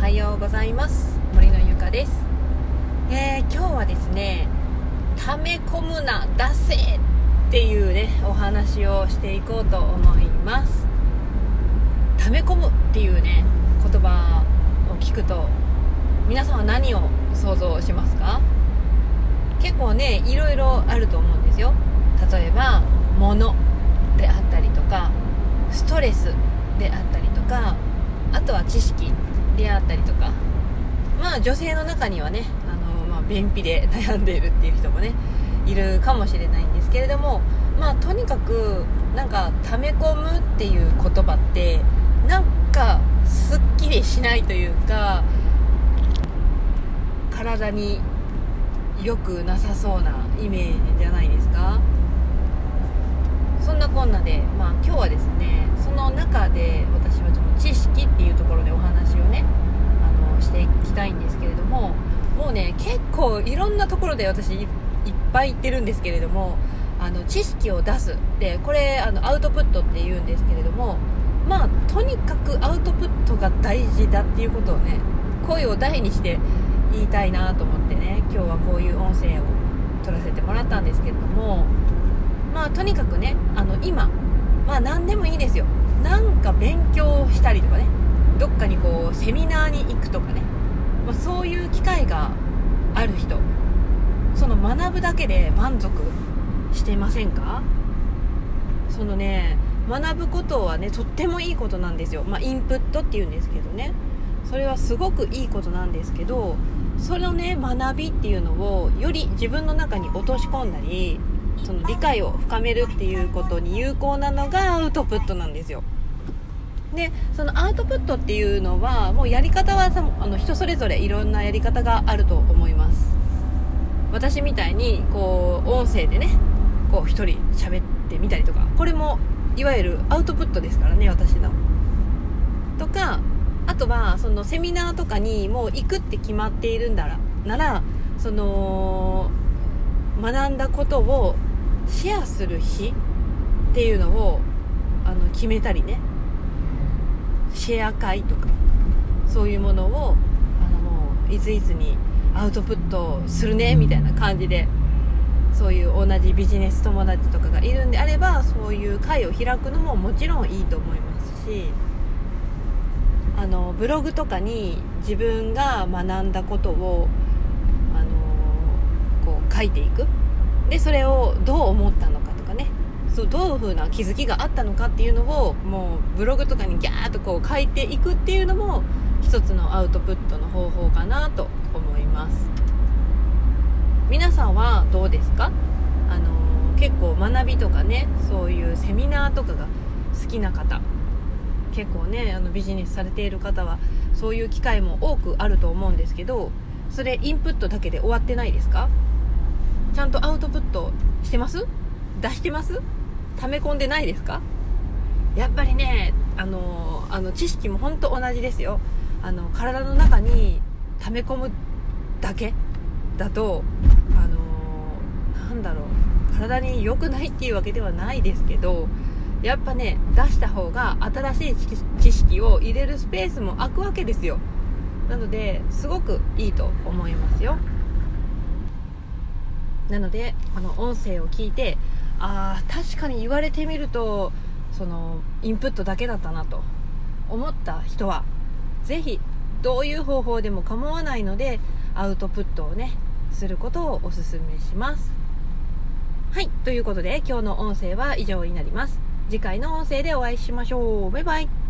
ようございます。森のゆかです。今日はですね、溜め込むな出せっていうねお話をしていこうと思います。溜め込むっていうね言葉を聞くと皆さんは何を想像しますか？結構ねいろいろあると思うんですよ。例えば物であったりとかストレスであったりとか、あとは知識であったりとか、女性の中にはね便秘で悩んでいるっていう人もねいるかもしれないんですけれども、とにかく溜め込むっていう言葉ってすっきりしないというか、体に良くなさそうなイメージじゃないですか。そんなこんなで、今日はですね、その中で私はその知識っていうところでお話をねしていきたいんですけれども、もうね結構いろんなところで私いっぱい言ってるんですけれども、知識を出すで、これアウトプットって言うんですけれども、とにかくアウトプットが大事だっていうことをね声を大にして言いたいなと思ってね、今日はこういう音声を取らせてもらったんですけれども、とにかくね今何でもいいですよ。勉強したりとかね、どっかにセミナーに行くとかね、そういう機会がある人、その学ぶだけで満足していませんか？そのね学ぶことはねとってもいいことなんですよ。インプットっていうんですけどね、それはすごくいいことなんですけど、そのね学びっていうのをより自分の中に落とし込んだり、その理解を深めるっていうことに有効なのがアウトプットなんですよ。でそのアウトプットっていうのはもうやり方は人それぞれいろんなやり方があると思います。私みたいに音声でね一人喋ってみたりとか、これもいわゆるアウトプットですからね、私のとか、あとはそのセミナーとかにもう行くって決まっているんだなら、その学んだことをシェアする日っていうのを決めたりね、シェア会とかそういうものをもういついつにアウトプットするねみたいな感じで、そういう同じビジネス友達とかがいるんであれば、そういう会を開くのももちろんいいと思いますし、ブログとかに自分が学んだことを書いていく。でそれをどう思ったのかとかね、どういう風な気づきがあったのかっていうのをもうブログとかにギャーっと書いていくっていうのも一つのアウトプットの方法かなと思います。皆さんはどうですか？結構学びとかね、そういうセミナーとかが好きな方、結構ねビジネスされている方はそういう機会も多くあると思うんですけど、それインプットだけで終わってないですか？ちゃんとアウトプットしてます？出してます？溜め込んでないですか？やっぱりね知識も本当同じですよ。体の中に溜め込むだけだと体に良くないっていうわけではないですけど、やっぱね出した方が新しい知識を入れるスペースも空くわけですよ。なのですごくいいと思いますよ。なので音声を聞いて、確かに言われてみるとそのインプットだけだったなと思った人は、ぜひどういう方法でも構わないのでアウトプットをねすることをお勧めします。はい、ということで今日の音声は以上になります。次回の音声でお会いしましょう。バイバイ。